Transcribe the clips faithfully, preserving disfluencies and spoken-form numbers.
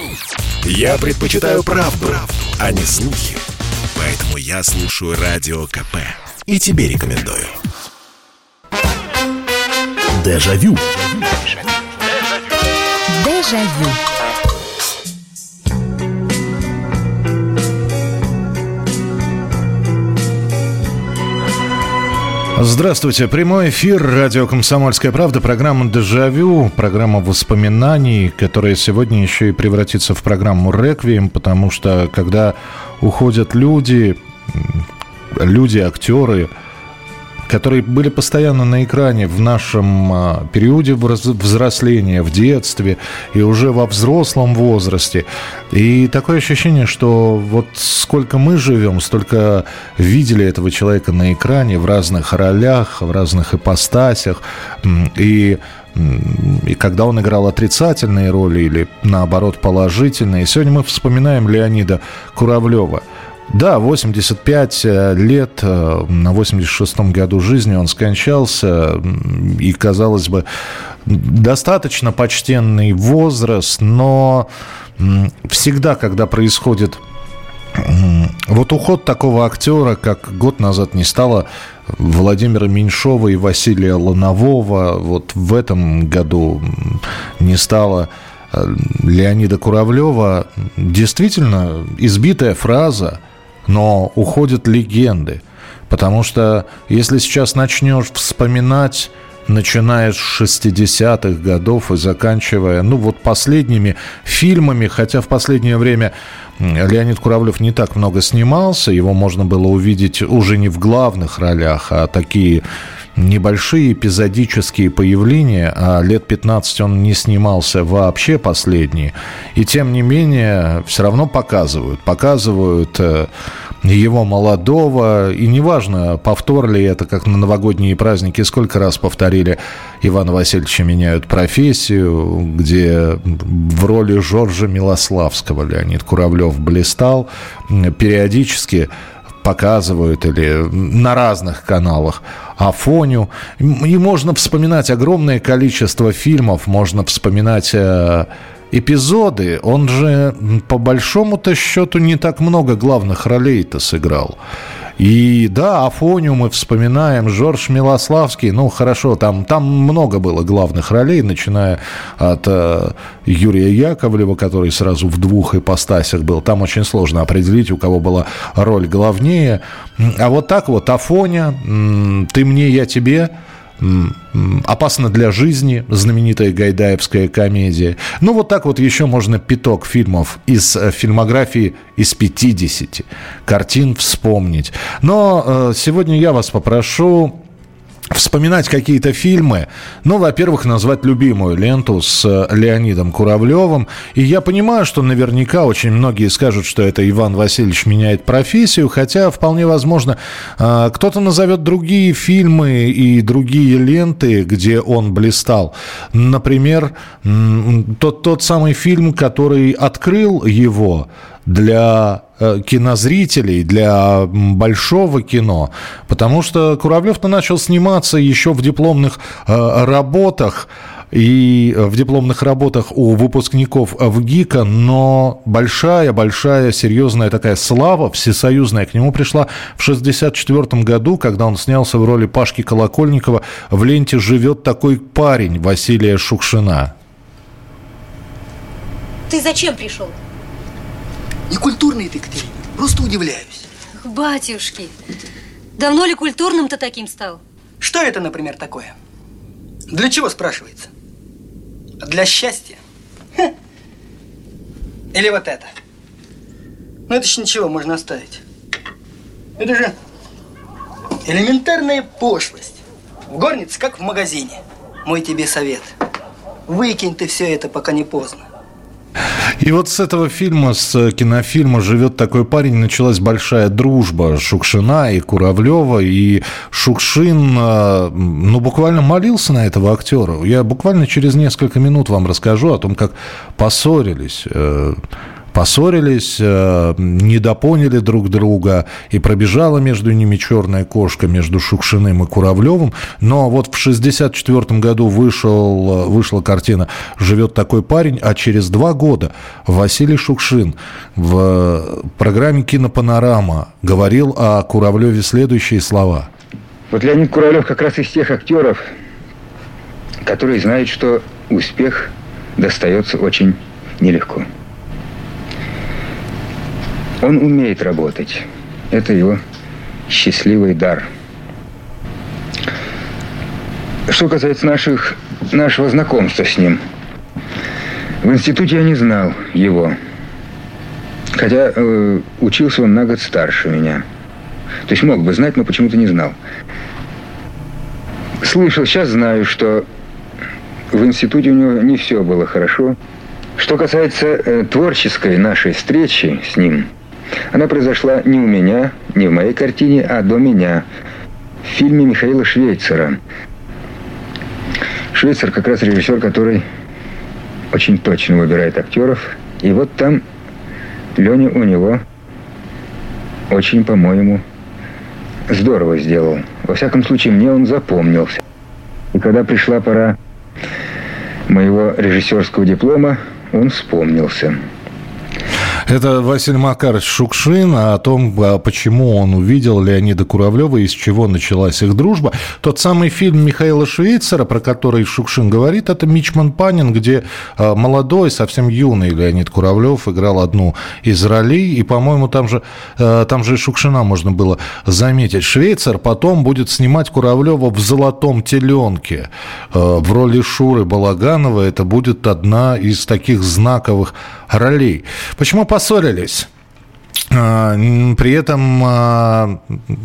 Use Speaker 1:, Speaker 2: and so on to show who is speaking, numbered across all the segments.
Speaker 1: Я предпочитаю правду, правду, а не слухи. Поэтому я слушаю Радио КП. И тебе рекомендую. Дежавю.
Speaker 2: Дежавю.
Speaker 3: Здравствуйте. Прямой эфир. Радио «Комсомольская правда». Программа «Дежавю». Программа воспоминаний, которая сегодня еще и превратится в программу «Реквием», потому что когда уходят люди, люди, актеры, которые были постоянно на экране в нашем периоде взросления, в детстве и уже во взрослом возрасте. И такое ощущение, что вот сколько мы живем, столько видели этого человека на экране в разных ролях, в разных ипостасях. И И когда он играл отрицательные роли или, наоборот, положительные. Сегодня мы вспоминаем Леонида Куравлева. Да, восемьдесят пять лет, на восемьдесят шестом году жизни он скончался. И, казалось бы, достаточно почтенный возраст, но всегда, когда происходит вот уход такого актера, как год назад не стало Владимира Меньшова и Василия Ланового, вот в этом году не стало Леонида Куравлева, действительно избитая фраза, но уходят легенды. Потому что если сейчас начнешь вспоминать, начиная с шестидесятых годов и заканчивая, ну вот последними фильмами, хотя в последнее время Леонид Куравлев не так много снимался, его можно было увидеть уже не в главных ролях, а такие небольшие эпизодические появления, а лет пятнадцать он не снимался вообще последние. И тем не менее, все равно показывают. Показывают его молодого. И неважно, повтор ли это, как на новогодние праздники, сколько раз повторили Ивана Васильевича меняют профессию, где в роли Жоржа Милославского Леонид Куравлев блистал. Периодически показывают или на разных каналах Афоню. И можно вспоминать огромное количество фильмов, можно вспоминать э, эпизоды. Он же, по большому-то счету, не так много главных ролей-то сыграл. И да, Афоню мы вспоминаем, Жорж Милославский, ну хорошо, там, там много было главных ролей, начиная от э, Юрия Яковлева, который сразу в двух ипостасях был. Там очень сложно определить, у кого была роль главнее. А вот так вот Афоня, «Ты мне, я тебе», «Опасно для жизни», знаменитая гайдаевская комедия. Ну, вот так вот еще можно пяток фильмов из фильмографии из пятидесяти картин вспомнить. Но э, сегодня я вас попрошу вспоминать какие-то фильмы. Ну, во-первых, назвать любимую ленту с Леонидом Куравлевым. И я понимаю, что наверняка очень многие скажут, что это Иван Васильевич меняет профессию, хотя вполне возможно, кто-то назовет другие фильмы и другие ленты, где он блистал. Например, тот, тот самый фильм, который открыл его для кинозрителей, для большого кино, потому что Куравлев-то начал сниматься еще в дипломных э, работах, и в дипломных работах у выпускников ВГИКа, но большая-большая серьезная такая слава всесоюзная к нему пришла в шестьдесят четвёртом году, когда он снялся в роли Пашки Колокольникова в ленте «Живет такой парень» Василия Шукшина.
Speaker 4: Ты зачем пришел?
Speaker 5: Некультурный ты, Катерина. Просто удивляюсь.
Speaker 4: Батюшки, давно ли культурным-то таким стал?
Speaker 5: Что это, например, такое? Для чего, спрашивается? Для счастья? Ха. Или вот это? Ну это ж ничего, можно оставить. Это же элементарная пошлость. В горнице, как в магазине. Мой тебе совет. Выкинь ты все это, пока не поздно.
Speaker 3: И вот с этого фильма, с кинофильма «Живет такой парень» началась большая дружба Шукшина и Куравлева. И Шукшин, ну, буквально молился на этого актера. Я буквально через несколько минут вам расскажу о том, как поссорились поссорились, недопоняли друг друга, и пробежала между ними черная кошка, между Шукшиным и Куравлевым. Но вот в шестьдесят четвёртом году вышел, вышла картина «Живет такой парень», а через два года Василий Шукшин в программе «Кинопанорама» говорил о Куравлеве следующие слова.
Speaker 2: Вот Леонид Куравлев как раз из тех актеров, которые знают, что успех достается очень нелегко. Он умеет работать. Это его счастливый дар. Что касается наших, нашего знакомства с ним. В институте я не знал его. Хотя э, учился он на год старше меня. То есть мог бы знать, но почему-то не знал. Слышал, сейчас знаю, что в институте у него не все было хорошо. Что касается э, творческой нашей встречи с ним, она произошла не у меня, не в моей картине, а до меня. В фильме Михаила Швейцера. Швейцер как раз режиссер, который очень точно выбирает актеров. И вот там Леня у него очень, по-моему, здорово сделал. Во всяком случае, мне он запомнился. И когда пришла пора моего режиссерского диплома, он вспомнился.
Speaker 3: Это Василий Макарович Шукшин, о том, почему он увидел Леонида Куравлева и с чего началась их дружба. Тот самый фильм Михаила Швейцера, про который Шукшин говорит, это «Мичман Панин», где молодой, совсем юный Леонид Куравлев играл одну из ролей. И, по-моему, там же, там же и Шукшина можно было заметить. Швейцер потом будет снимать Куравлева в «Золотом теленке» в роли Шуры Балаганова. Это будет одна из таких знаковых ролей. Почему поссорились? При этом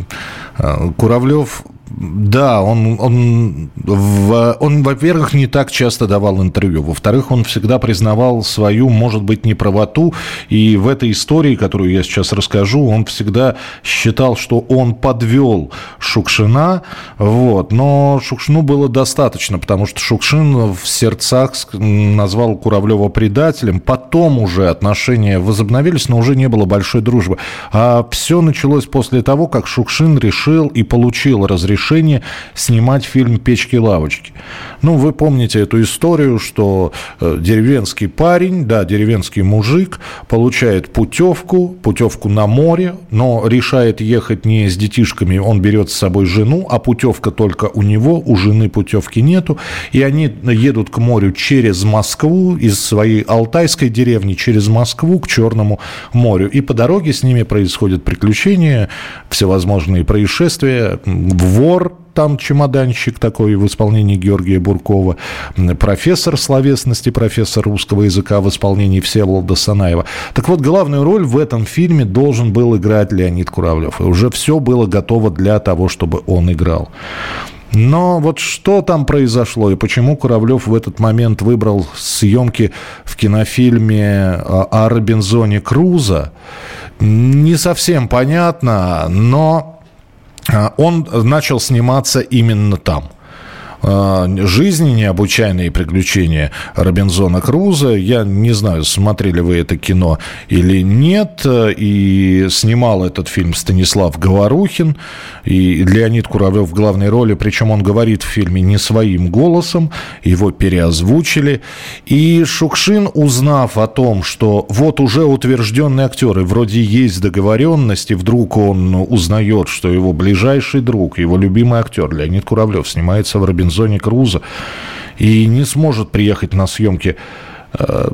Speaker 3: Куравлев, да, он, он, он, во-первых, не так часто давал интервью. Во-вторых, он всегда признавал свою, может быть, неправоту. И в этой истории, которую я сейчас расскажу, он всегда считал, что он подвел Шукшина. Вот. Но Шукшину было достаточно, потому что Шукшин в сердцах назвал Куравлева предателем. Потом уже отношения возобновились, но уже не было большой дружбы. А все началось после того, как Шукшин решил и получил разрешение решение снимать фильм «Печки-лавочки». Ну, вы помните эту историю, что деревенский парень, да, деревенский мужик получает путевку, путевку на море, но решает ехать не с детишками, он берет с собой жену, а путевка только у него, у жены путевки нету, и они едут к морю через Москву, из своей алтайской деревни через Москву к Черному морю. И по дороге с ними происходят приключения, всевозможные происшествия, вор, там чемоданщик такой в исполнении Георгия Буркова, профессор словесности, профессор русского языка в исполнении Всеволода Санаева. Так вот, главную роль в этом фильме должен был играть Леонид Куравлев. И уже все было готово для того, чтобы он играл. Но вот что там произошло и почему Куравлев в этот момент выбрал съемки в кинофильме о Робинзоне Крузо, не совсем понятно, но он начал сниматься именно там. «Жизнь, необычайные приключения Робинзона Крузо». Я не знаю, смотрели вы это кино или нет. И снимал этот фильм Станислав Говорухин. И Леонид Куравлев в главной роли. Причем он говорит в фильме не своим голосом. Его переозвучили. И Шукшин, узнав о том, что вот уже утвержденные актеры, вроде есть договоренности, вдруг он узнает, что его ближайший друг, его любимый актер Леонид Куравлев снимается в «Робинзоне Крузо» и не сможет приехать на съемки э,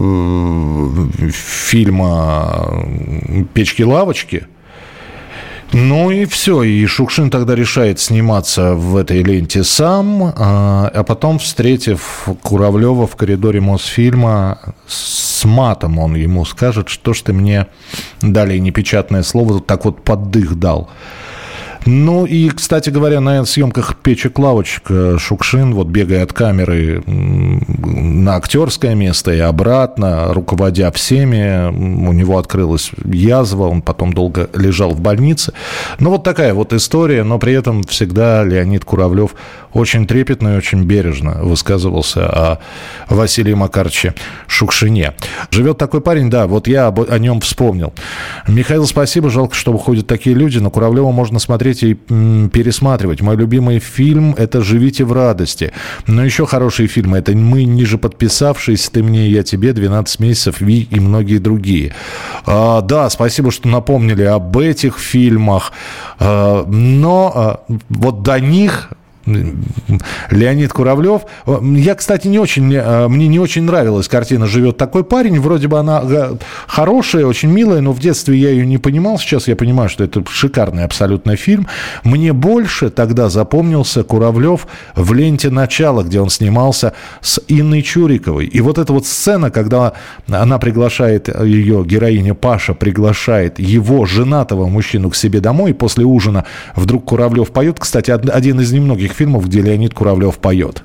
Speaker 3: фильма «Печки-лавочки». Ну и все, и Шукшин тогда решает сниматься в этой ленте сам, а, а потом, встретив Куравлева в коридоре Мосфильма, с матом он ему скажет, что ж ты мне, далее непечатное слово, так вот под дых дал. Ну и, кстати говоря, на съемках «Печек-лавочек» Шукшин, вот бегая от камеры на актерское место и обратно, руководя всеми, у него открылась язва, он потом долго лежал в больнице. Ну вот такая вот история, но при этом всегда Леонид Куравлев очень трепетно и очень бережно высказывался о Василии Макаровиче Шукшине. Живет такой парень, да, вот я об, о нем вспомнил. Михаил, спасибо, жалко, что уходят такие люди, но Куравлева можно смотреть и м, пересматривать. Мой любимый фильм – это «Живите в радости». Но еще хорошие фильмы – это «Мы, ниже подписавшись», «Ты мне, я тебе», «двенадцать месяцев», «Ви» и многие другие. А, да, спасибо, что напомнили об этих фильмах, а, но а, вот до них... Леонид Куравлев. Я, кстати, не очень, мне не очень нравилась картина «Живет такой парень». Вроде бы она хорошая, очень милая, но в детстве я ее не понимал. Сейчас я понимаю, что это шикарный абсолютно фильм. Мне больше тогда запомнился Куравлев в «Ленте начала», где он снимался с Инной Чуриковой. И вот эта вот сцена, когда она приглашает, ее героиня Паша приглашает его, женатого мужчину, к себе домой, и после ужина вдруг Куравлев поет. Кстати, один из немногих фильмов, где Леонид Куравлев поет.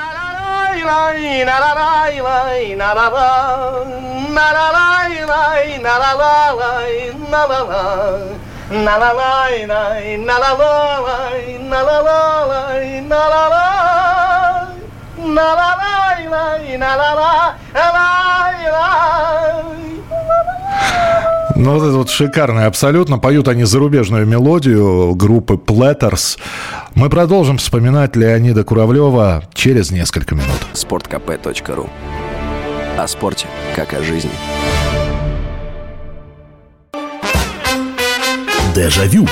Speaker 3: Ну, вот это вот шикарно абсолютно. Поют они зарубежную мелодию группы Platters. Мы продолжим вспоминать Леонида Куравлева через несколько минут.
Speaker 6: спорт кэ пэ точка ру. О спорте, как о жизни.
Speaker 1: Дежавю.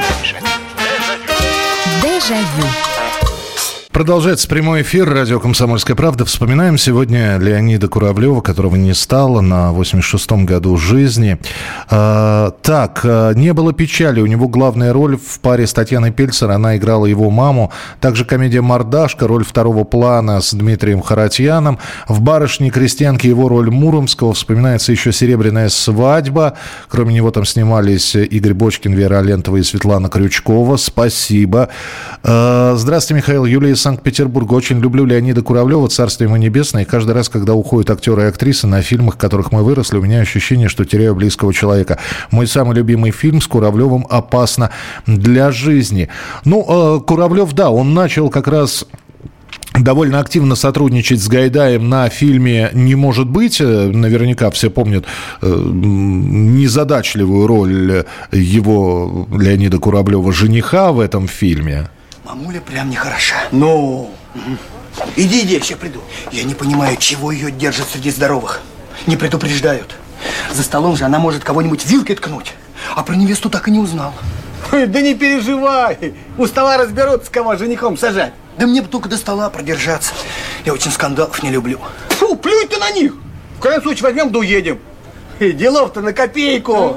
Speaker 7: Дежавю.
Speaker 3: Продолжается прямой эфир радио «Комсомольская правда». Вспоминаем сегодня Леонида Куравлева, которого не стало на восемьдесят шестом году жизни. А, так, «Не было печали». У него главная роль в паре с Татьяной Пельцер. Она играла его маму. Также комедия «Мордашка», роль второго плана с Дмитрием Харатьяном. В «Барышне-крестьянке» его роль Муромского. Вспоминается еще «Серебряная свадьба». Кроме него там снимались Игорь Бочкин, Вера Алентова и Светлана Крючкова. Спасибо. А, здравствуйте, Михаил. Юлия из Санкт-Петербурга. Очень люблю Леонида Куравлева, царствие ему небесное. И каждый раз, когда уходят актеры и актрисы на фильмах, в которых мы выросли, у меня ощущение, что теряю близкого человека. Мой самый любимый фильм с Куравлевым «Опасно для жизни». Ну, Куравлев, да, он начал как раз... довольно активно сотрудничать с Гайдаем на фильме «Не может быть». Наверняка все помнят э, незадачливую роль его, Леонида Куравлева, жениха в этом фильме.
Speaker 5: Мамуля прям нехороша. Ну, иди, иди, я сейчас приду. Я не понимаю, чего ее держат среди здоровых. Не предупреждают. За столом же она может кого-нибудь вилкой ткнуть. А про невесту так и не узнал.
Speaker 8: Да не переживай. У стола разберутся, кого женихом сажать.
Speaker 5: Да мне бы только до стола продержаться. Я очень скандалов не люблю.
Speaker 8: Фу, плюнь ты на них. В крайнем случае возьмем да уедем. Делов-то на копейку.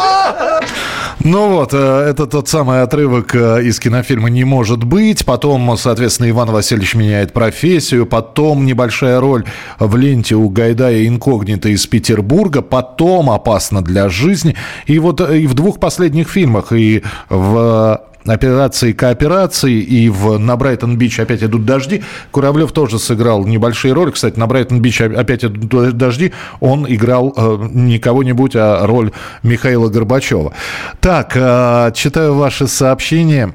Speaker 3: Ну вот, это тот самый отрывок из кинофильма «Не может быть». Потом, соответственно, Иван Васильевич меняет профессию. Потом небольшая роль в ленте у Гайдая «Инкогнито» из Петербурга. Потом «Опасно для жизни». И вот и в двух последних фильмах, и в... операции кооперации, и в «На Брайтон-Бич опять идут дожди» Куравлев тоже сыграл небольшие роли. Кстати, «На Брайтон-Бич опять идут дожди» он играл э, не кого-нибудь, а роль Михаила Горбачева. Так, э, читаю ваши сообщения.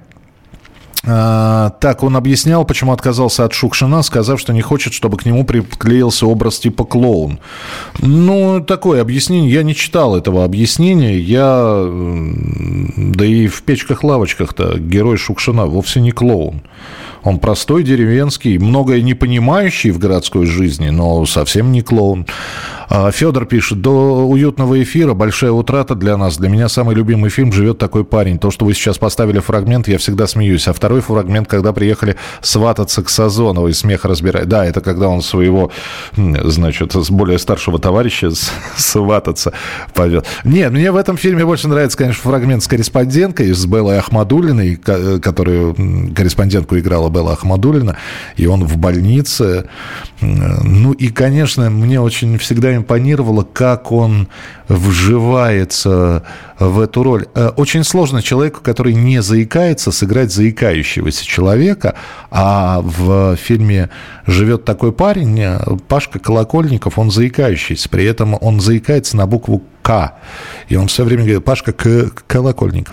Speaker 3: А, так, он объяснял, почему отказался от Шукшина, сказав, что не хочет, чтобы к нему приклеился образ типа клоун. Ну, такое объяснение. Я не читал этого объяснения. Я... Да и в «Печках-лавочках»-то герой Шукшина вовсе не клоун. Он простой, деревенский, многое не понимающий в городской жизни, но совсем не клоун. Федор пишет: до уютного эфира большая утрата для нас. Для меня самый любимый фильм «Живет такой парень». То, что вы сейчас поставили фрагмент, я всегда смеюсь. А второй фрагмент, когда приехали свататься к Сазоновой, смех разбирать. Да, это когда он своего, значит, с более старшего товарища свататься повел. Нет, мне в этом фильме больше нравится, конечно, фрагмент с корреспонденткой, с Беллой Ахмадуллиной, которую корреспондентку играла Белла Ахмадуллина, и он в больнице. Ну и, конечно, мне очень всегда импонировало, как он вживается в эту роль. Очень сложно человеку, который не заикается, сыграть заикающегося человека, а в фильме живет такой парень, Пашка Колокольников, он заикающийся, при этом он заикается на букву «К», и он все время говорит: Пашка Колокольников.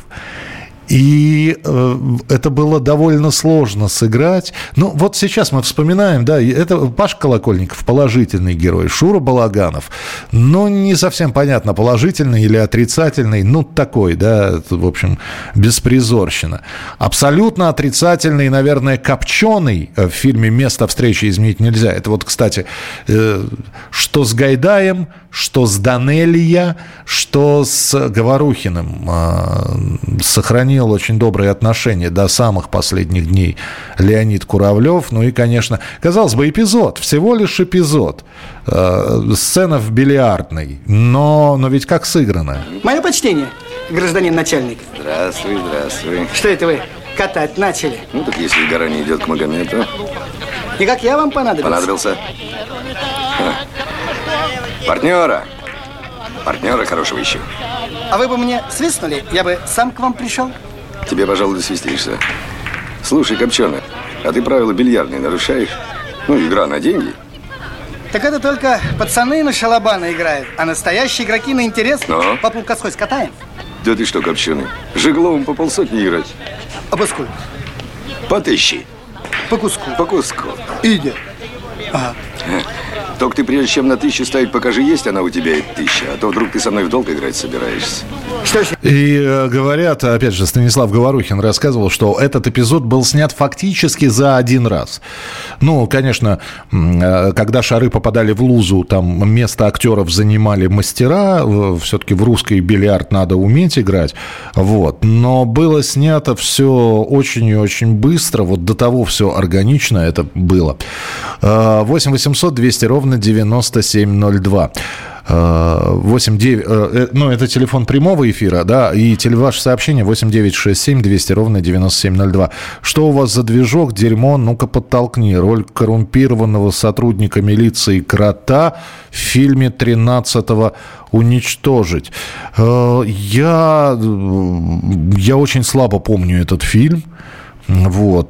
Speaker 3: И э, это было довольно сложно сыграть. Ну, вот сейчас мы вспоминаем, да, это Паша Колокольников, положительный герой, Шура Балаганов, ну, не совсем понятно, положительный или отрицательный, ну, такой, да, в общем, беспризорщина. Абсолютно отрицательный, наверное, Копченый в фильме «Место встречи изменить нельзя». Это вот, кстати, э, что с Гайдаем, что с Данелия, что с Говорухиным э, сохранил очень добрые отношения до самых последних дней Леонид Куравлев. Ну и, конечно, казалось бы, эпизод, всего лишь эпизод. Э, сцена в бильярдной, но, но ведь как сыграно.
Speaker 5: Мое почтение, гражданин начальник.
Speaker 7: Здравствуй, здравствуй.
Speaker 5: Что это вы катать начали?
Speaker 7: Ну так если гора не идет к Магомету.
Speaker 5: И как я вам понадобился?
Speaker 7: Понадобился. Ха. Партнера. Партнера хорошего ищу.
Speaker 5: А вы бы мне свистнули, я бы сам к вам пришел.
Speaker 7: Тебе, пожалуй, досвистишься. Слушай, Копченый, а ты правила бильярдные нарушаешь? Ну, игра на деньги.
Speaker 5: Так это только пацаны на шалабаны играют, а настоящие игроки на интерес.
Speaker 7: Но?
Speaker 5: По полкоской скатаем.
Speaker 7: Да ты что, Копченый, Жигловым по полсотни играть?
Speaker 5: А по сколько?
Speaker 7: По тысяче.
Speaker 5: По куску.
Speaker 7: По куску.
Speaker 5: Иди. Ага.
Speaker 7: Только ты прежде чем на тысячу ставить, покажи, есть она у тебя и тысяча. А то вдруг ты со мной в долг играть собираешься.
Speaker 5: Что ж?
Speaker 3: И э, говорят, опять же, Станислав Говорухин рассказывал, что этот эпизод был снят фактически за один раз. Ну, конечно, э, когда шары попадали в лузу, там место актеров занимали мастера. Э, все-таки в русский бильярд надо уметь играть. Вот. Но было снято все очень и очень быстро. Вот до того все органично это было. Э, восемь восемьсот двести ровно девяносто семь ноль два. восемь девять, ну, это телефон прямого эфира, да, и ваше сообщение восемь девять шесть семь двести ровно девяносто семь ноль два. Что у вас за движок, дерьмо, ну-ка подтолкни. Роль коррумпированного сотрудника милиции Крота в фильме тринадцатого «Уничтожить». Я, я очень слабо помню этот фильм. Вот.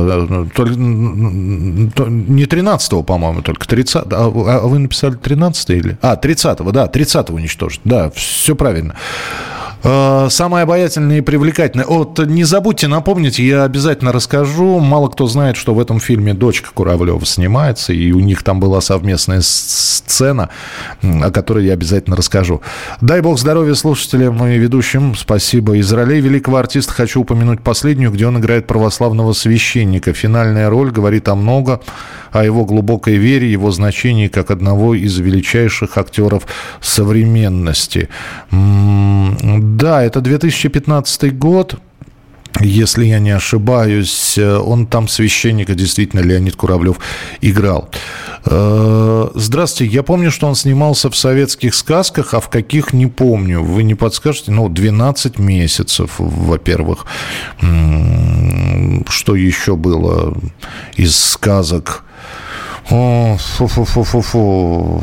Speaker 3: Не тринадцатого, по-моему, только тридцатого. А вы написали тринадцатого или? А, тридцатого, да, тридцатого «Уничтожить». Да, все правильно. Самое обаятельное и привлекательное. Вот не забудьте напомнить, я обязательно расскажу. Мало кто знает, что в этом фильме дочка Куравлева снимается, и у них там была совместная сцена, о которой я обязательно расскажу. Дай бог здоровья слушателям и ведущим. Спасибо. Из ролей великого артиста хочу упомянуть последнюю, где он играет православного священника. Финальная роль говорит о многом, о его глубокой вере, его значении как одного из величайших актеров современности. Да, это две тысячи пятнадцатый год, если я не ошибаюсь. Он там священника, действительно, Леонид Куравлев играл. Здравствуйте, я помню, что он снимался в советских сказках, а в каких не помню. Вы не подскажете? Ну, двенадцать месяцев, во-первых. Что еще было из сказок? О, фу-фу-фу-фу-фу.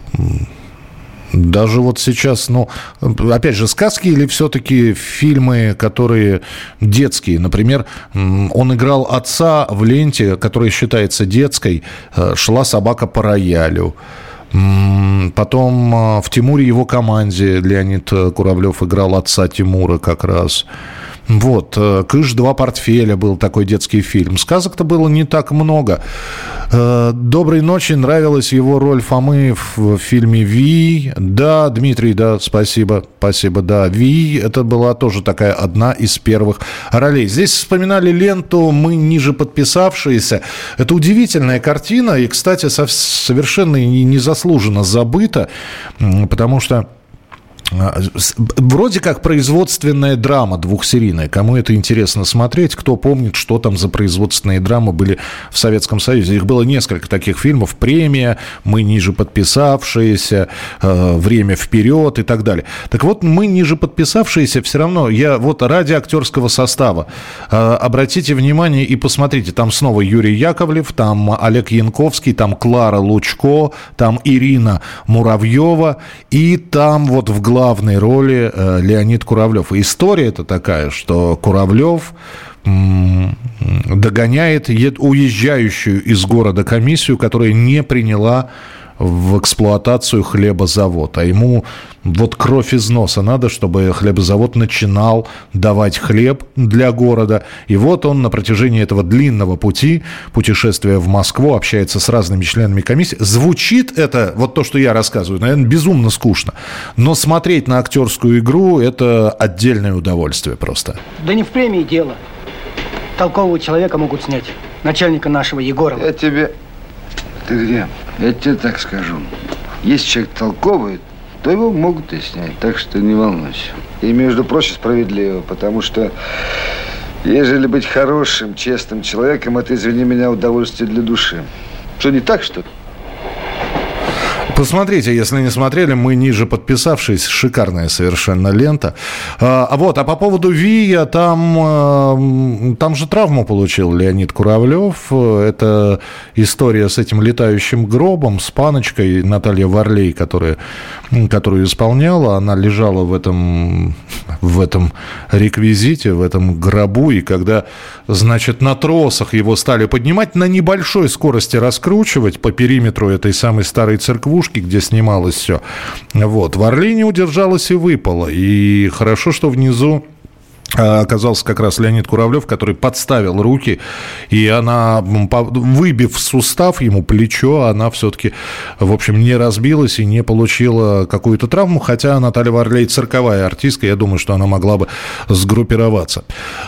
Speaker 3: Даже вот сейчас, ну, опять же, сказки или все-таки фильмы, которые детские? Например, он играл отца в ленте, которая считается детской, «Шла собака по роялю». Потом в «Тимуре и его команде» Леонид Куравлев играл отца Тимура как раз. Вот, «Кыш, два портфеля» был такой детский фильм. Сказок-то было не так много. «Доброй ночи», нравилась его роль Фомы в фильме «Вий». Да, Дмитрий, да, спасибо, спасибо, да. «Вий» это была тоже такая одна из первых ролей. Здесь вспоминали ленту «Мы ниже подписавшиеся». Это удивительная картина и, кстати, совершенно незаслуженно забыта, потому что Вроде как производственная драма двухсерийная. Кому это интересно смотреть, кто помнит, что там за производственные драмы были в Советском Союзе. Их было несколько таких фильмов. «Премия», «Мы ниже подписавшиеся», «Время вперед» и так далее. Так вот, «Мы ниже подписавшиеся» все равно, я вот ради актерского состава, обратите внимание и посмотрите, там снова Юрий Яковлев, там Олег Янковский, там Клара Лучко, там Ирина Муравьева, и там вот в главной роли э, Леонид Куравлев. И история это такая, что Куравлев м- догоняет уезжающую из города комиссию, которая не приняла в эксплуатацию хлебозавод. А ему вот кровь из носа надо, чтобы хлебозавод начинал давать хлеб для города. И вот он на протяжении этого длинного пути, путешествия в Москву, общается с разными членами комиссии. Звучит это, вот то, что я рассказываю, наверное, безумно скучно. Но смотреть на актерскую игру – это отдельное удовольствие просто.
Speaker 5: Да не в премии дело. Толкового человека могут снять. Начальника нашего Егорова.
Speaker 9: Я тебе... Ты где? Я тебе так скажу. Если человек толковый, то его могут и снять. Так что не волнуйся. И, между прочим, справедливо. Потому что, ежели быть хорошим, честным человеком, это, извини меня, удовольствие для души. Что, не так, что ли?
Speaker 3: Посмотрите, если не смотрели, «Мы ниже подписавшись», шикарная совершенно лента. А, вот, а по поводу Вия, там, там же травму получил Леонид Куравлев. Это история с этим летающим гробом, с паночкой Наталья Варлей, которая, которую исполняла. Она лежала в этом, в этом реквизите, в этом гробу, и когда, значит, на тросах его стали поднимать, на небольшой скорости раскручивать по периметру этой самой старой церквушки, где снималось все. Вот. Варлей не удержалась и выпала. И хорошо, что внизу оказался как раз Леонид Куравлев, который подставил руки, и она, выбив сустав ему, плечо, она все-таки, в общем, не разбилась и не получила какую-то травму, хотя Наталья Варлей цирковая артистка, я думаю, что она могла бы сгруппироваться.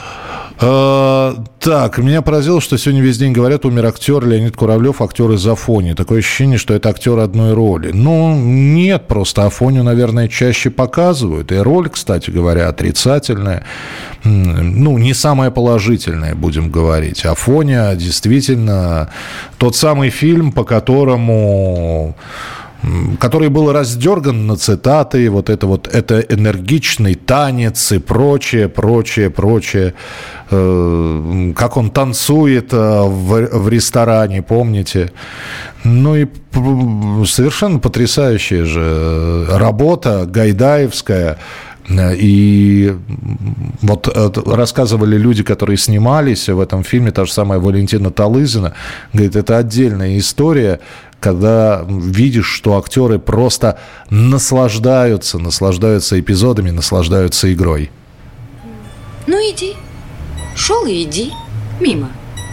Speaker 3: Так, меня поразило, что сегодня весь день говорят, умер актер Леонид Куравлев, актер из «Афони». Такое ощущение, что это актер одной роли. Ну, нет, просто «Афоню», наверное, чаще показывают. И роль, кстати говоря, отрицательная. Ну, не самая положительная, будем говорить. «Афоня» действительно тот самый фильм, по которому... который был раздерган на цитаты, вот это вот, это энергичный танец и прочее, прочее, прочее. Э, как он танцует в, в ресторане, помните? Ну и совершенно потрясающая же работа гайдаевская. И вот рассказывали люди, которые снимались в этом фильме, та же самая Валентина Талызина, говорит, это отдельная история, когда видишь, что актеры просто наслаждаются, наслаждаются эпизодами, наслаждаются игрой.
Speaker 4: Ну иди, шел и иди, мимо.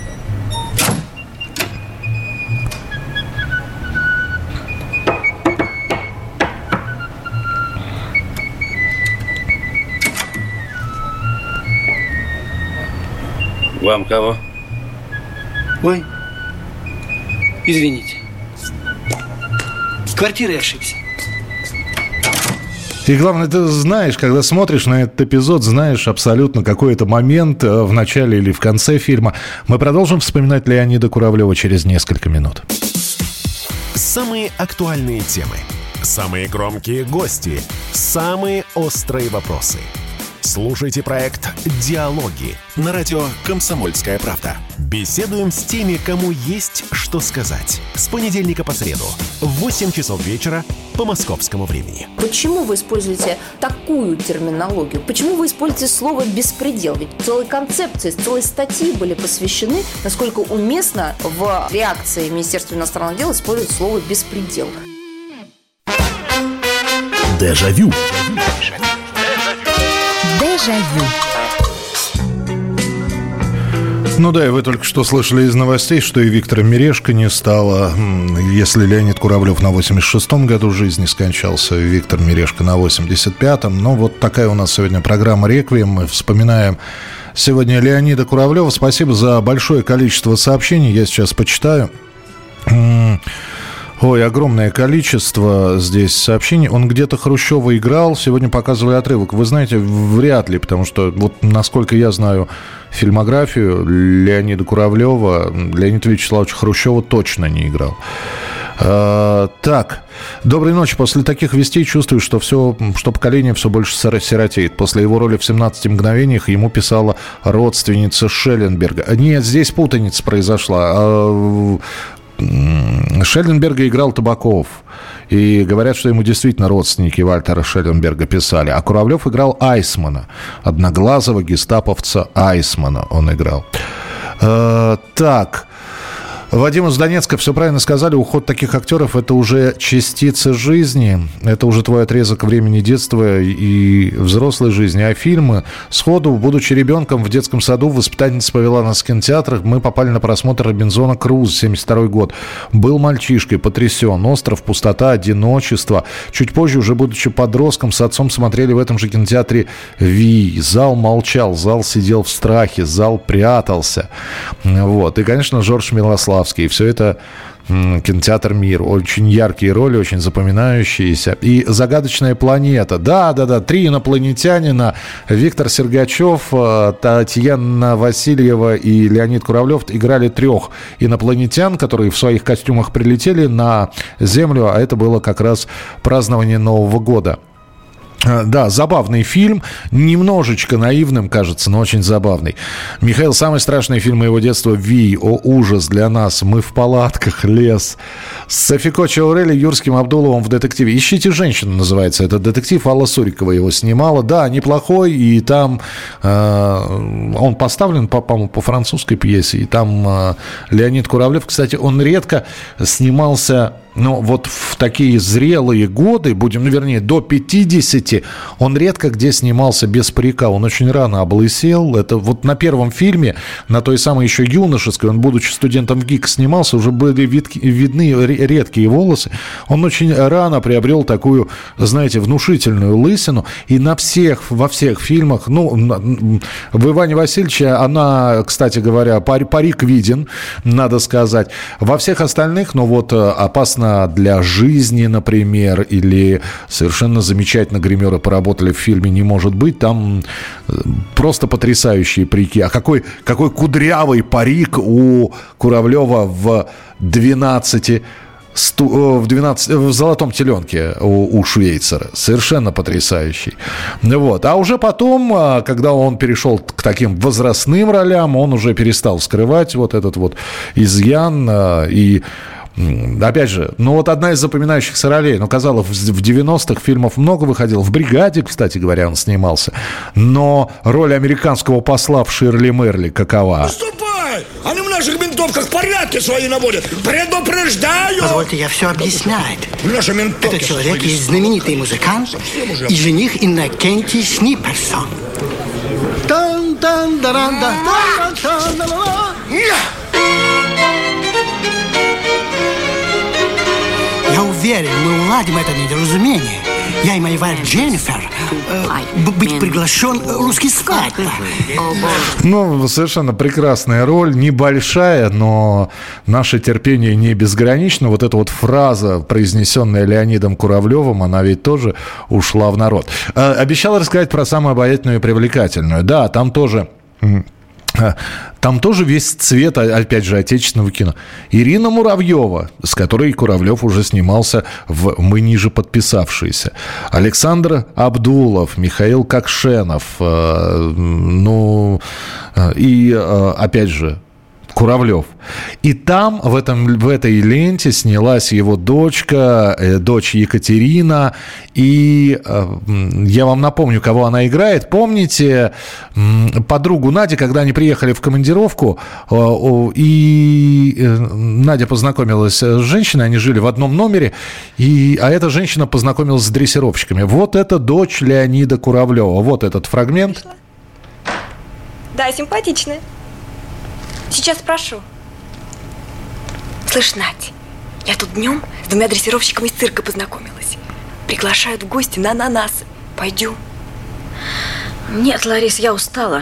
Speaker 6: Вам кого?
Speaker 5: Ой, извините. Квартирой ошибся.
Speaker 3: И главное, ты знаешь, когда смотришь на этот эпизод, знаешь абсолютно какой-то момент в начале или в конце фильма. Мы продолжим вспоминать Леонида Куравлева через несколько минут.
Speaker 1: Самые актуальные темы, самые громкие гости, самые острые вопросы. Слушайте проект «Диалоги» на радио «Комсомольская правда». Беседуем с теми, кому есть что сказать. С понедельника по среду в восемь часов вечера по московскому времени.
Speaker 10: Почему вы используете такую терминологию? Почему вы используете слово «беспредел»? Ведь целые концепции, целые статьи были посвящены, насколько уместно в реакции Министерства иностранных дел использовать слово «беспредел».
Speaker 1: Дежавю.
Speaker 10: Дежавю.
Speaker 3: Ну да, и вы только что слышали из новостей, что и Виктора Мирешко не стало. Если Леонид Куравлев на восемьдесят шестом году жизни скончался, Виктор Мирешко на восемьдесят пятом. Ну вот такая у нас сегодня программа «Реквием». Мы вспоминаем сегодня Леонида Куравлева. Спасибо за большое количество сообщений. Я сейчас почитаю. Ой, огромное количество здесь сообщений. Он где-то Хрущева играл, сегодня показывали отрывок. Вы знаете, вряд ли, потому что, вот насколько я знаю фильмографию Леонида Куравлева, Леонида Вячеславовича Хрущева точно не играл. А, так, доброй ночи. После таких вестей чувствую, что все, что поколение все больше сиротеет. После его роли в «семнадцати мгновениях» ему писала родственница Шелленберга. Нет, здесь путаница произошла. Шелленберга играл Табаков. И говорят, что ему действительно родственники Вальтера Шелленберга писали. А Куравлев играл Айсмана. Одноглазого гестаповца Айсмана он играл. А, так... Вадим из Донецка, все правильно сказали, уход таких актеров – это уже частицы жизни, это уже твой отрезок времени детства и взрослой жизни. А фильмы сходу, будучи ребенком в детском саду, воспитательница повела нас в кинотеатр, мы попали на просмотр «Робинзона Крузо», семьдесят второй год. Был мальчишкой, потрясен, остров, пустота, одиночество. Чуть позже, уже будучи подростком, с отцом смотрели в этом же кинотеатре «Вий». Зал молчал, зал сидел в страхе, зал прятался. Вот. И, конечно, Жорж Милославский. И все это кинотеатр «Мир». Очень яркие роли, очень запоминающиеся. И «Загадочная планета». Да, да, да. Три инопланетянина. Виктор Сергачев, Татьяна Васильева и Леонид Куравлев играли трех инопланетян, которые в своих костюмах прилетели на Землю. А это было как раз празднование Нового года. Да, забавный фильм, немножечко наивным, кажется, но очень забавный. Михаил, самый страшный фильм моего детства «Вий». О, ужас для нас, мы в палатках, лес. С Софико Чаурели, Юрским Абдуловым в детективе. «Ищите женщину» называется этот детектив. Алла Сурикова его снимала. Да, неплохой, и там э, он поставлен, по, по-моему, по французской пьесе. И там э, Леонид Куравлев, кстати, он редко снимался... Но вот в такие зрелые годы, будем, ну, вернее, до пятидесяти, он редко где снимался без парика. Он очень рано облысел. Это вот на первом фильме, на той самой еще юношеской, он, будучи студентом в ГИК, снимался, уже были видки, видны редкие волосы. Он очень рано приобрел такую, знаете, внушительную лысину. И на всех, во всех фильмах, ну, в Иване Васильевиче она, кстати говоря, парик виден, надо сказать. Во всех остальных, ну вот, «Опасно для жизни», например, или совершенно замечательно гримеры поработали в фильме «Не может быть». Там просто потрясающие парики. А какой, какой кудрявый парик у Куравлева в двенадцати В, двенадцать, в «Золотом теленке» у, у Швейцера. Совершенно потрясающий. Вот. А уже потом, когда он перешел к таким возрастным ролям, он уже перестал скрывать вот этот вот изъян. И опять же, ну вот одна из запоминающихся ролей, ну, казалось, в девяностых фильмов много выходило. В «Бригаде», кстати говоря, он снимался. Но роль американского посла в «Ширли Мерли» какова?
Speaker 11: Наступай! Они в наших ментовках порядки свои наводят. Предупреждаю!
Speaker 5: Позвольте, я все объясняю.
Speaker 11: Наши ментовки...
Speaker 5: Этот человек есть знаменитый музыкант и жених Иннокентий Сниперсон. Я уверен, мы уладим это недоразумение. Я и моя вайф Дженнифер э, быть приглашен русский свадьба.
Speaker 3: Ну, совершенно прекрасная роль, небольшая, но наше терпение не безгранично. Вот эта вот фраза, произнесенная Леонидом Куравлевым, она ведь тоже ушла в народ. Э, обещал рассказать про самую обаятельную и привлекательную. Да, там тоже... Там тоже весь цвет, опять же, отечественного кино. Ирина Муравьева, с которой Куравлев уже снимался в «Мы ниже подписавшиеся». Александр Абдулов, Михаил Кокшенов. Э, ну, и, э, опять же, Куравлев. И там, в, этом, в этой ленте, снялась его дочка, э, дочь Екатерина. И э, я вам напомню, кого она играет. Помните э, подругу Нади, когда они приехали в командировку, э, э, и э, Надя познакомилась с женщиной, они жили в одном номере, и, а эта женщина познакомилась с дрессировщиками. Вот это дочь Леонида Куравлева. Вот этот фрагмент.
Speaker 12: Да, симпатичная. Сейчас спрошу. Слышь, Надь, я тут днем с двумя дрессировщиками из цирка познакомилась. Приглашают в гости на ананасы. Пойдем?
Speaker 10: Нет, Ларис, я устала.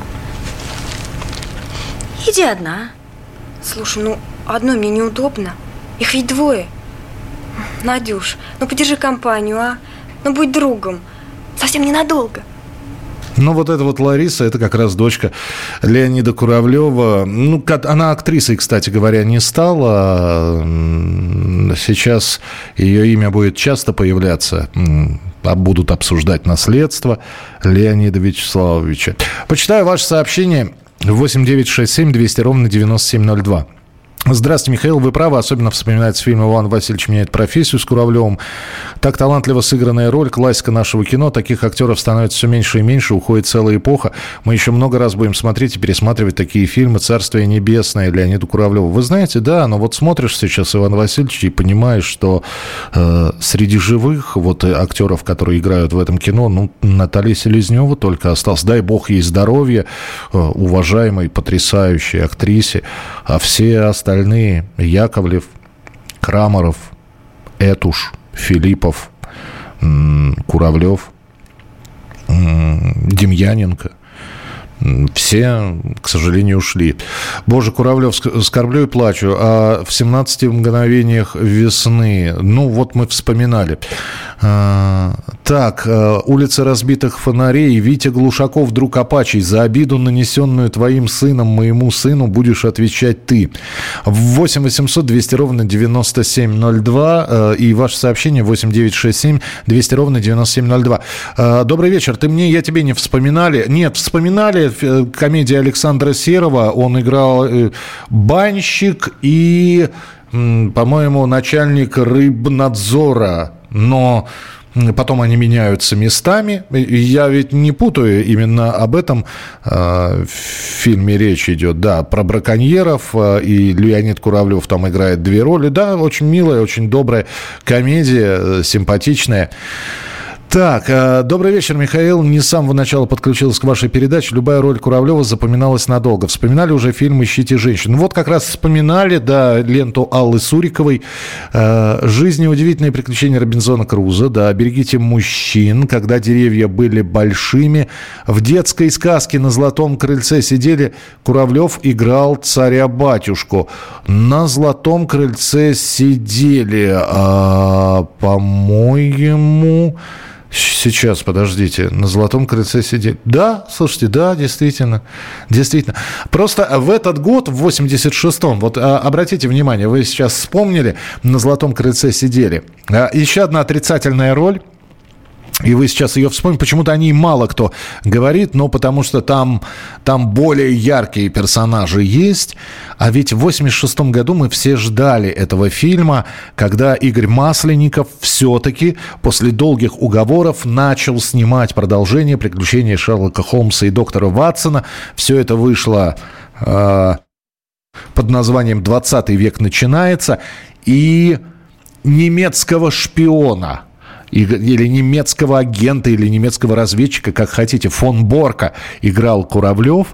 Speaker 12: Иди одна. Слушай, ну, одной мне неудобно. Их ведь двое. Надюш, ну подержи компанию, а? Ну будь другом. Совсем ненадолго.
Speaker 3: Ну, вот эта вот Лариса, это как раз дочка Леонида Куравлева. Ну, она актрисой, кстати говоря, не стала. Сейчас ее имя будет часто появляться. Будут обсуждать наследство Леонида Вячеславовича. Почитаю ваше сообщение. восемь девятьсот шестьдесят семь двести ровно девяносто семь ноль два. Здравствуйте, Михаил, вы правы, особенно вспоминается фильм «Иван Васильевич меняет профессию» с Куравлевым. Так талантливо сыгранная роль, классика нашего кино. Таких актеров становится все меньше и меньше, уходит целая эпоха. Мы еще много раз будем смотреть и пересматривать такие фильмы «Царствие небесное» Леонида Куравлева. Вы знаете, да, но вот смотришь сейчас Ивана Васильевича и понимаешь, что э, среди живых вот актеров, которые играют в этом кино, ну, Наталья Селезнева только осталась. Дай бог ей здоровья, э, уважаемой, потрясающей актрисе. А все остальные Остальные – Яковлев, Крамаров, Этуш, Филиппов, Куравлев, Демьяненко. Все, к сожалению, ушли. Боже, Куравлев, скорблю и плачу. А в семнадцати мгновениях весны, ну, вот мы вспоминали. А, так, улица разбитых фонарей. Витя Глушаков, друг Апачий. За обиду, нанесенную твоим сыном, моему сыну, будешь отвечать ты. восемь восемьсот двести ровно девяносто семь ноль два. И ваше сообщение восемь девятьсот шестьдесят семь двести ровно девяносто семь ноль два. Добрый вечер. Ты мне, я тебе не вспоминали? Нет, вспоминали. Комедия Александра Серова. Он играл банщик и, по-моему, начальник рыбнадзора. Но потом они меняются местами. Я ведь не путаю, именно об этом э, в фильме речь идет. Да, про браконьеров. Э, и Леонид Куравлев там играет две роли. Да, очень милая, очень добрая комедия, э, симпатичная. Так, э, добрый вечер, Михаил. Не с самого начала подключился к вашей передаче. Любая роль Куравлева запоминалась надолго. Вспоминали уже фильм «Ищите женщин». Вот как раз вспоминали, да, ленту Аллы Суриковой. Э, «Жизнь и удивительные приключения Робинзона Круза». Да, «Берегите мужчин», «Когда деревья были большими». В детской сказке «На золотом крыльце» сидели. Куравлев играл царя-батюшку. На золотом крыльце сидели, а, по-моему... Сейчас, подождите, на золотом крыльце сидели. Да, слушайте, да, действительно, действительно. Просто в этот год, в восемьдесят шестом, вот а, обратите внимание, вы сейчас вспомнили, на золотом крыльце сидели. А, еще одна отрицательная роль. И вы сейчас ее вспомните. Почему-то о ней мало кто говорит, но потому что там, там более яркие персонажи есть. А ведь в восемьдесят шестом году мы все ждали этого фильма, когда Игорь Масленников все-таки после долгих уговоров начал снимать продолжение «Приключения Шерлока Холмса и доктора Ватсона». Все это вышло э, под названием «двадцатый век начинается». И немецкого шпиона – или немецкого агента, или немецкого разведчика, как хотите, фон Борка играл Куравлев.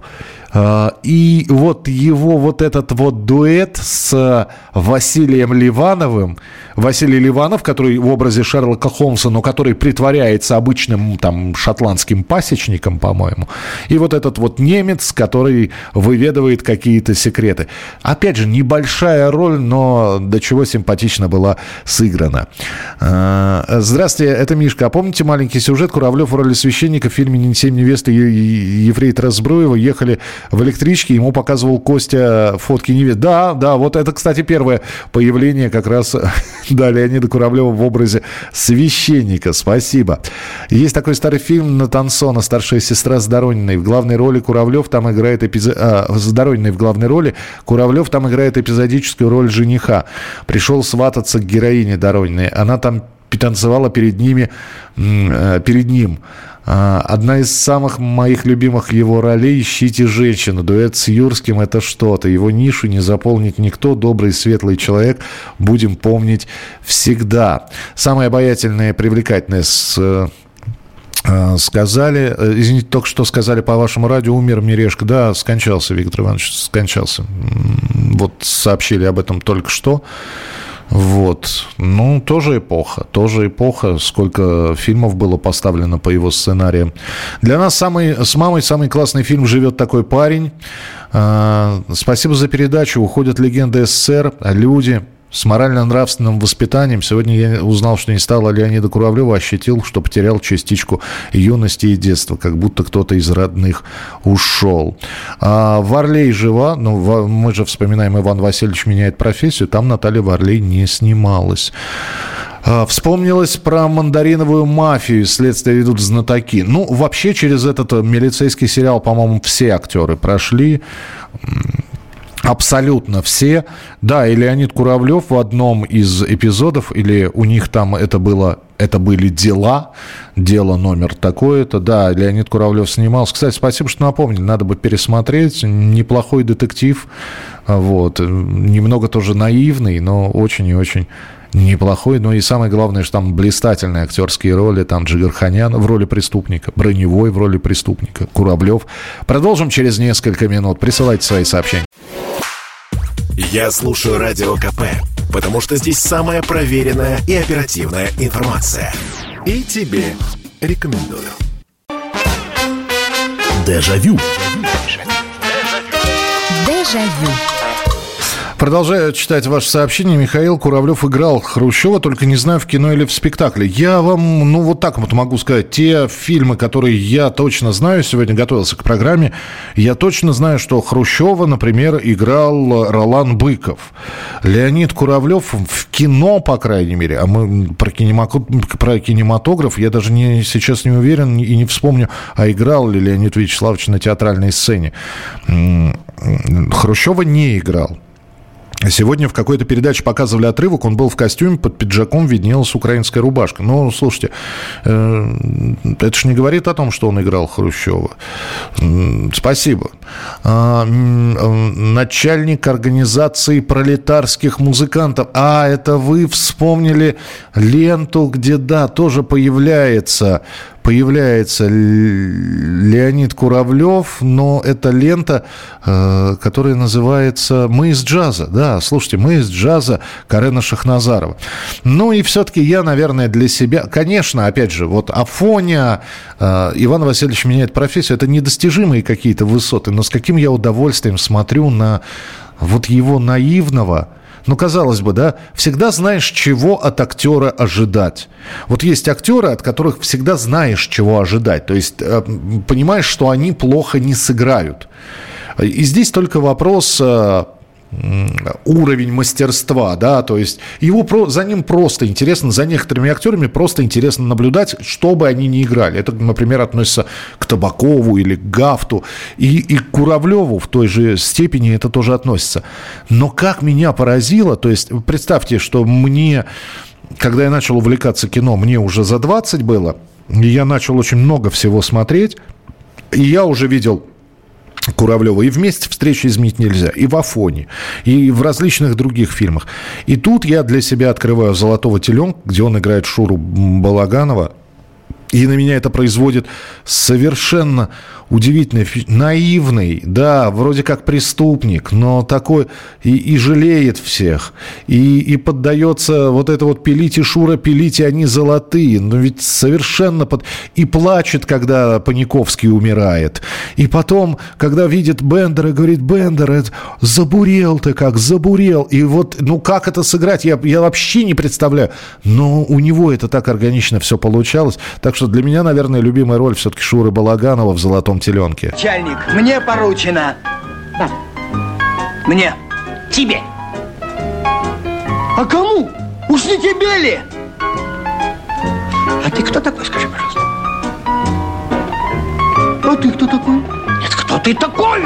Speaker 3: И вот его вот этот вот дуэт с Василием Ливановым. Василий Ливанов, который в образе Шерлока Холмса, но который притворяется обычным там шотландским пасечником, по-моему. И вот этот вот немец, который выведывает какие-то секреты. Опять же, небольшая роль, но до чего симпатично была сыграна. Здравствуйте, это Мишка. А помните маленький сюжет? Куравлев в роли священника в фильме «Семь невест» и ефрейтора Збруева ехали в электричке, ему показывал Костя фотки невест. Да, да, вот это, кстати, первое появление как раз, да, Леонида Куравлева в образе священника. Спасибо. Есть такой старый фильм «Натансона», старшая сестра с Дорониной. В главной роли Куравлев там играет эпизод... а, с Дорониной в главной роли. Куравлев там играет эпизодическую роль жениха. Пришел свататься к героине Дорониной. Она там танцевала перед ними, перед ним. Одна из самых моих любимых его ролей «Ищите женщину». Дуэт с Юрским – это что-то. Его нишу не заполнит никто. Добрый, светлый человек. Будем помнить всегда. Самое обаятельное и привлекательное с... Сказали, извините, только что сказали по вашему радио, умер Мирешка. Да, скончался Виктор Иванович, скончался. Вот сообщили об этом только что. Вот. Ну, тоже эпоха. Тоже эпоха. Сколько фильмов было поставлено по его сценариям. Для нас самый, с мамой самый классный фильм «Живет такой парень». Спасибо за передачу. Уходят легенды СССР, люди... с морально-нравственным воспитанием. Сегодня я узнал, что не стало Леонида Куравлева, ощутил, что потерял частичку юности и детства, как будто кто-то из родных ушел. А Варлей жива, ну, мы же вспоминаем, Иван Васильевич меняет профессию, там Наталья Варлей не снималась. Вспомнилось про мандариновую мафию, следствие ведут знатоки. Ну, вообще, через этот милицейский сериал, по-моему, все актеры прошли. Абсолютно все. Да, и Леонид Куравлев в одном из эпизодов, или у них там это было, это были дела, дело номер такое-то. Да, Леонид Куравлев снимался. Кстати, спасибо, что напомнили, надо бы пересмотреть. Неплохой детектив, вот. Немного тоже наивный, но очень и очень неплохой. Ну и самое главное, что там блистательные актерские роли. Там Джигарханян в роли преступника, Броневой в роли преступника, Куравлев. Продолжим через несколько минут. Присылайте свои сообщения.
Speaker 1: Я слушаю Радио КП, потому что здесь самая проверенная и оперативная информация. И тебе рекомендую. Дежавю.
Speaker 10: Дежавю.
Speaker 3: Продолжаю читать ваши сообщения. Михаил Куравлев играл Хрущева, только не знаю, в кино или в спектакле. Я вам, ну, вот так вот могу сказать. Те фильмы, которые я точно знаю, сегодня готовился к программе, я точно знаю, что Хрущева, например, играл Ролан Быков. Леонид Куравлев в кино, по крайней мере, а мы про, кинематограф, про кинематограф я даже не, сейчас не уверен и не вспомню, а играл ли Леонид Вячеславович на театральной сцене. Хрущева не играл. Сегодня в какой-то передаче показывали отрывок, он был в костюме, под пиджаком виднелась украинская рубашка. Ну, слушайте, э, это ж не говорит о том, что он играл Хрущева. Спасибо. А, начальник организации пролетарских музыкантов. А, это вы вспомнили ленту, где, да, тоже появляется... Появляется Леонид Куравлев, но это лента, э, которая называется «Мы из джаза». Да, слушайте, «Мы из джаза» Карена Шахназарова. Ну и все-таки я, наверное, для себя... Конечно, опять же, вот Афоня, э, Иван Васильевич меняет профессию. Это недостижимые какие-то высоты, но с каким я удовольствием смотрю на вот его наивного... Ну, казалось бы, да, всегда знаешь, чего от актера ожидать. Вот есть актеры, от которых всегда знаешь, чего ожидать. То есть э, понимаешь, что они плохо не сыграют. И здесь только вопрос... Э, уровень мастерства, да, то есть его про, за ним просто интересно, за некоторыми актерами просто интересно наблюдать, что бы они ни играли. Это, например, относится к Табакову или к Гафту, и, и к Куравлеву в той же степени это тоже относится. Но как меня поразило, то есть представьте, что мне, когда я начал увлекаться кино, мне уже за двадцать было, и я начал очень много всего смотреть, и я уже видел Куравлева и «Вместе встречи изменить нельзя», и в «Афоне», и в различных других фильмах. И тут я для себя открываю «Золотого теленка», где он играет Шуру Балаганова, и на меня это производит совершенно удивительный, наивный, да, вроде как преступник, но такой и, и жалеет всех, и, и поддается вот это вот «пилите, Шура, пилите, они золотые», но ведь совершенно под... и плачет, когда Паниковский умирает, и потом, когда видит Бендера, говорит: «Бендер, забурел ты как, забурел», и вот, ну как это сыграть, я, я вообще не представляю, но у него это так органично все получалось, так что для меня, наверное, любимая роль все-таки Шуры Балаганова в «Золотом теленке».
Speaker 5: Начальник, мне поручено. Мне. Тебе. А кому? Уж не тебе ли? А ты кто такой, скажи, пожалуйста? А ты кто такой? Нет, кто ты такой?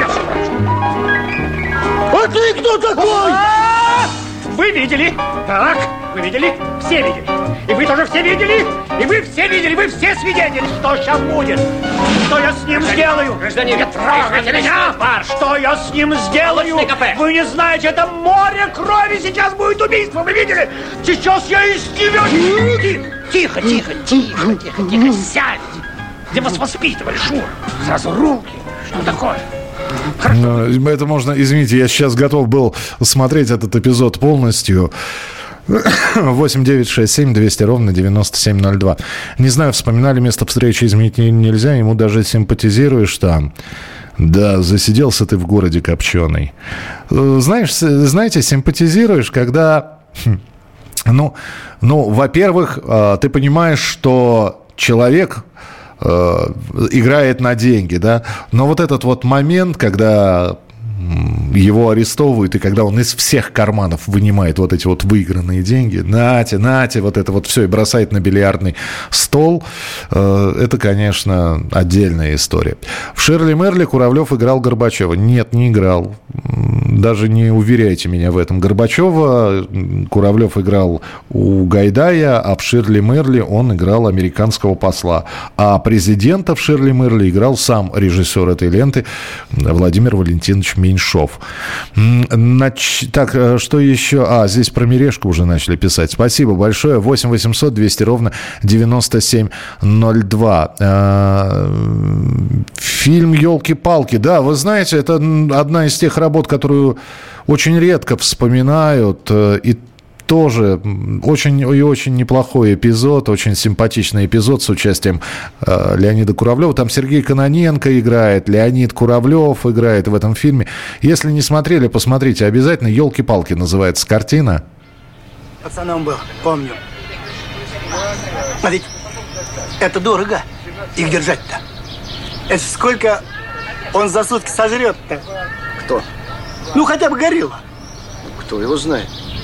Speaker 5: А ты кто такой?
Speaker 13: Вы видели? Так, вы видели? Все видели. И вы тоже все видели? И вы все видели, вы все свидетели, что сейчас будет. Что я с ним сделаю? Гражданин, не трогайте меня! Что я с ним сделаю? Вы не знаете, это море крови, сейчас будет убийство, вы видели? Сейчас я из тебя... Тихо, тихо, тихо, тихо, тихо, сядь. Где вас воспитывали, Шура? Сразу руки. Что такое?
Speaker 3: Хорошо. Это можно, извините, я сейчас готов был смотреть этот эпизод полностью. восемь девятьсот шестьдесят семь двести ровно девяносто семь ноль два. Не знаю, вспоминали, место встречи изменить нельзя, ему даже симпатизируешь там. Да, засиделся ты в городе копченый. Знаешь, знаете, симпатизируешь, когда Ну, ну, во-первых, ты понимаешь, что человек играет на деньги, да, но вот этот вот момент, когда его арестовывают, и когда он из всех карманов вынимает вот эти вот выигранные деньги, нате, нате, вот это вот все, и бросает на бильярдный стол, это, конечно, отдельная история. В «Ширли Мерли» Куравлев играл Горбачева. Нет, не играл. Даже не уверяйте меня в этом. Горбачева Куравлев играл у Гайдая, а в «Ширли Мерли» он играл американского посла. А президента в «Ширли Мерли» играл сам режиссер этой ленты Владимир Валентинович Меньшов. Нач... Так, что еще? А, здесь про Мережку уже начали писать. Спасибо большое. восемь восемьсот двести ровно девяносто семь ноль два. Фильм «Елки-палки». Да, вы знаете, это одна из тех работ, которую очень редко вспоминают. И тоже очень и очень неплохой эпизод, очень симпатичный эпизод с участием э, Леонида Куравлева. Там Сергей Кононенко играет, Леонид Куравлев играет в этом фильме. Если не смотрели, посмотрите обязательно. «Елки-палки» называется картина.
Speaker 5: Пацаном был, помню. А ведь это дорого их держать-то. Это сколько он за сутки сожрет-то?
Speaker 14: Кто?
Speaker 5: Ну, хотя бы горилла.
Speaker 14: Кто его знает?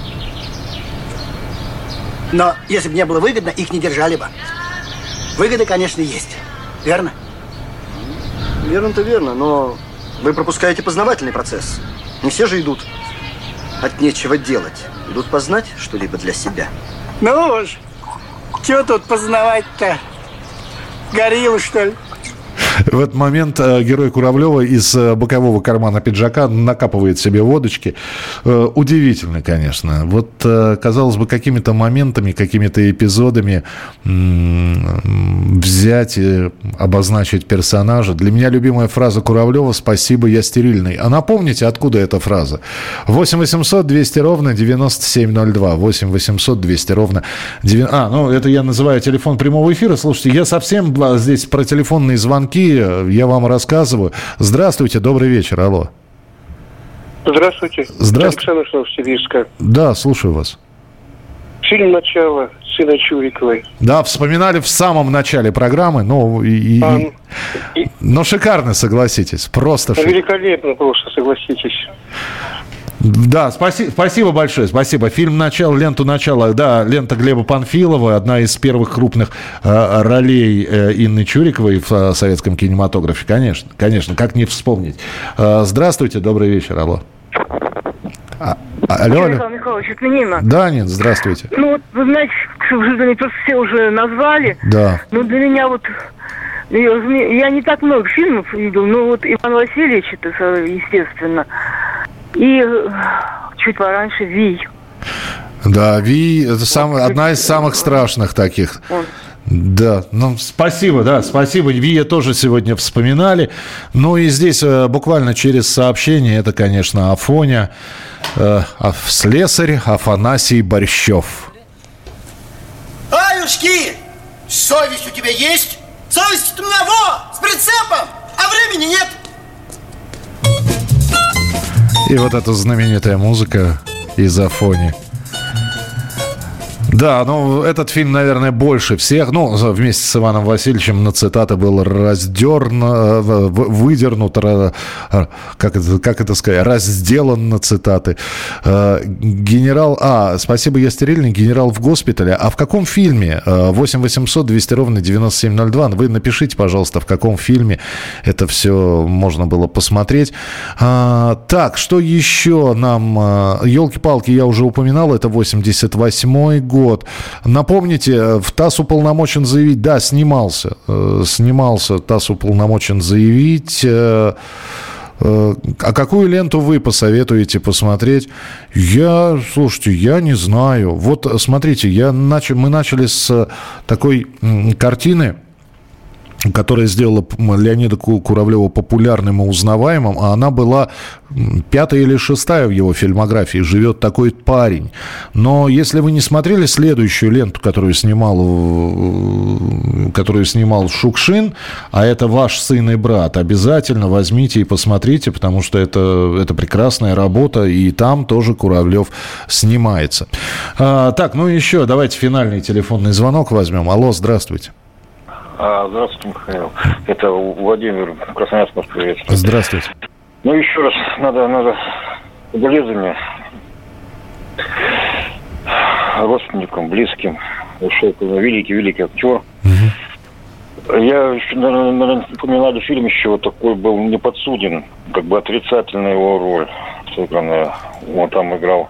Speaker 5: Но если бы не было выгодно, их не держали бы. Выгода, конечно, есть. Верно?
Speaker 14: Верно-то верно, но вы пропускаете познавательный процесс. Не все же идут от нечего делать. Идут познать что-либо для себя.
Speaker 5: Ну уж, чего тут познавать-то? Гориллу, что ли?
Speaker 3: В этот момент э, герой Куравлева из э, бокового кармана пиджака накапывает себе водочки. Э, удивительно, конечно. Вот, э, казалось бы, какими-то моментами, какими-то эпизодами м- взять и обозначить персонажа. Для меня любимая фраза Куравлева «Спасибо, я стерильный». А напомните, откуда эта фраза? восемь восемьсот двести ровно девяносто семь ноль два. восемь восемьсот двести ровно девяносто... А, ну, это я называю телефон прямого эфира. Слушайте, я совсем здесь про телефонные звонки я вам рассказываю. Здравствуйте, добрый вечер, алло.
Speaker 15: Здравствуйте.
Speaker 3: Здравствуйте.
Speaker 15: Александр Новосибирска.
Speaker 3: Да, слушаю вас.
Speaker 15: Фильм «Начало» сына Чуриковой.
Speaker 3: Да, вспоминали в самом начале программы, но, и,
Speaker 15: а,
Speaker 3: и, но шикарно, согласитесь, просто шикарно.
Speaker 15: Великолепно просто, согласитесь.
Speaker 3: Да, спаси, спасибо большое, спасибо. Фильм «Начало», ленту «Начало», да, лента Глеба Панфилова, одна из первых крупных э, ролей э, Инны Чуриковой в э, советском кинематографе, конечно, конечно, как не вспомнить. Э, здравствуйте, добрый вечер, алло. А, алло, алло.
Speaker 16: Михаил Михайлович, это Нина.
Speaker 3: Да, Нин, здравствуйте.
Speaker 16: Ну вот, вы знаете, к сожалению, просто все уже назвали.
Speaker 3: Да.
Speaker 16: Но для меня вот, я не так много фильмов видел, но вот Иван Васильевич, это, естественно. И чуть пораньше «Вий».
Speaker 3: Да, «Вий» — это сам, одна из самых страшных таких. Да, ну, спасибо, да, спасибо. «Вия» тоже сегодня вспоминали. Ну и здесь буквально через сообщение, это, конечно, Афоня, э, слесарь Афанасий Борщев.
Speaker 17: Аюшки, совесть у тебя есть? Совесть у меня во, с прицепом, а времени нет.
Speaker 3: И вот эта знаменитая музыка из Афони. Да, ну, этот фильм, наверное, больше всех, ну, вместе с Иваном Васильевичем на цитаты был раздерн, выдернут, как это, как это сказать, разделан на цитаты. Генерал, а, спасибо, я стерильный, генерал в госпитале. А в каком фильме? восемь восемьсот двести ровно девяносто семь ноль два. Вы напишите, пожалуйста, в каком фильме это все можно было посмотреть. Так, что еще нам? «Елки-палки» я уже упоминал, это восемьдесят восьмой год. Напомните, в ТАСС уполномочен заявить, да, снимался, э, снимался, ТАСС уполномочен заявить. Э, э, а какую ленту вы посоветуете посмотреть? Я, слушайте, я не знаю. Вот, смотрите, я нач... мы начали с такой м, картины, которая сделала Леонида Куравлева популярным и узнаваемым, а она была пятая или шестая в его фильмографии «Живет такой парень». Но если вы не смотрели следующую ленту, которую снимал, которую снимал Шукшин, а это ваш сын и брат. Обязательно возьмите и посмотрите, потому что это, это прекрасная работа, и там тоже Куравлев снимается. А, так, ну еще давайте финальный телефонный звонок возьмем. Алло, здравствуйте.
Speaker 18: А, здравствуйте, Михаил. Это Владимир, Красноярск, вас приветствует.
Speaker 3: Здравствуйте.
Speaker 18: Ну, еще раз, надо, надо соболезнования родственникам, близким. Ушел великий-великий актер. Угу. Я, наверное, напоминали фильм еще вот такой был «Неподсуден», как бы отрицательная его роль сыгранная. Он там играл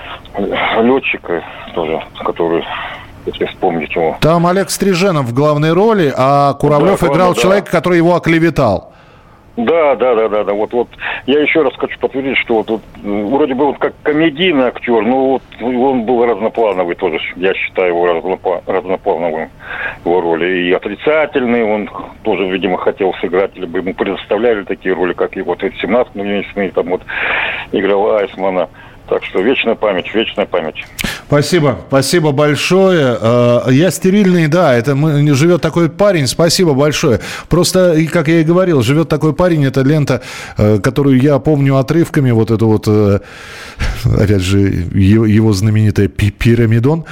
Speaker 18: летчика тоже, который... если вспомнить его.
Speaker 3: Там Олег Стриженов в главной роли, а Куравлев да, играл да, человека, да. который его оклеветал.
Speaker 18: Да, да, да, да, да. Вот, вот. Я еще раз хочу подтвердить, что вот, вот вроде бы он как комедийный актер, но вот он был разноплановый тоже. Я считаю его разноплановым, его роли. И отрицательный, он тоже, видимо, хотел сыграть, либо ему предоставляли такие роли, как и вот семнадцать миллионов, там вот играл Айсмана. Так что вечная память, вечная память.
Speaker 3: Спасибо, спасибо большое. Я стерильный, да, это мы, живет такой парень, спасибо большое. Просто, как я и говорил, живет такой парень, это лента, которую я помню отрывками, вот это вот, опять же, его, его знаменитая «Пирамидон».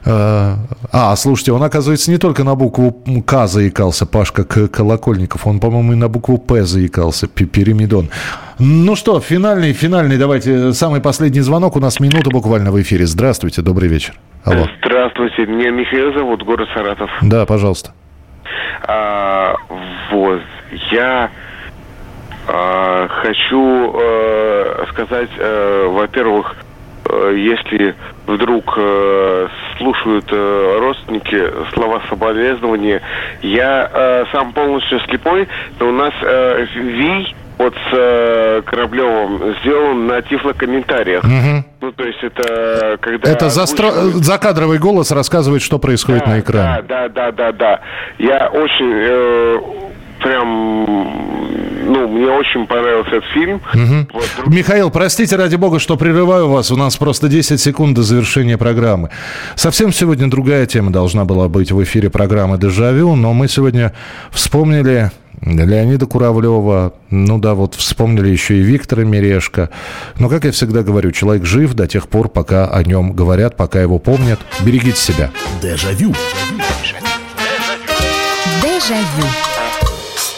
Speaker 3: А, слушайте, он, оказывается, не только на букву «К» заикался, Пашка Колокольников, он, по-моему, и на букву «П» заикался, «Пирамидон». Ну что, финальный, финальный, давайте, самый последний звонок, у нас минута буквально в эфире. Здравствуйте, добрый вечер. Алло.
Speaker 19: Здравствуйте, меня Михаил зовут, город Саратов.
Speaker 3: Да, пожалуйста.
Speaker 19: А, вот, я а, хочу а, сказать, а, во-первых, а, если вдруг а, слушают а, родственники слова соболезнования, я а, сам полностью слепой, но у нас а, ВИ... вот с э, Кораблевым сделан на тифлокомментариях. Угу. Ну, то есть это когда...
Speaker 3: Это застро... вышел... закадровый голос рассказывает, что происходит
Speaker 19: да,
Speaker 3: на экране.
Speaker 19: Да, да, да, да, да. Я очень... Э, прям... Ну, мне очень понравился этот фильм.
Speaker 3: Угу. Вот, друг... Михаил, простите, ради бога, что прерываю вас. У нас просто десять секунд до завершения программы. Совсем сегодня другая тема должна была быть в эфире программы «Дежавю», но мы сегодня вспомнили... Леонида Куравлева, ну да, вот вспомнили еще и Виктора Мирешко. Но, как я всегда говорю, человек жив до тех пор, пока о нем говорят, пока его помнят. Берегите себя.
Speaker 1: Дежавю.
Speaker 20: Дежавю.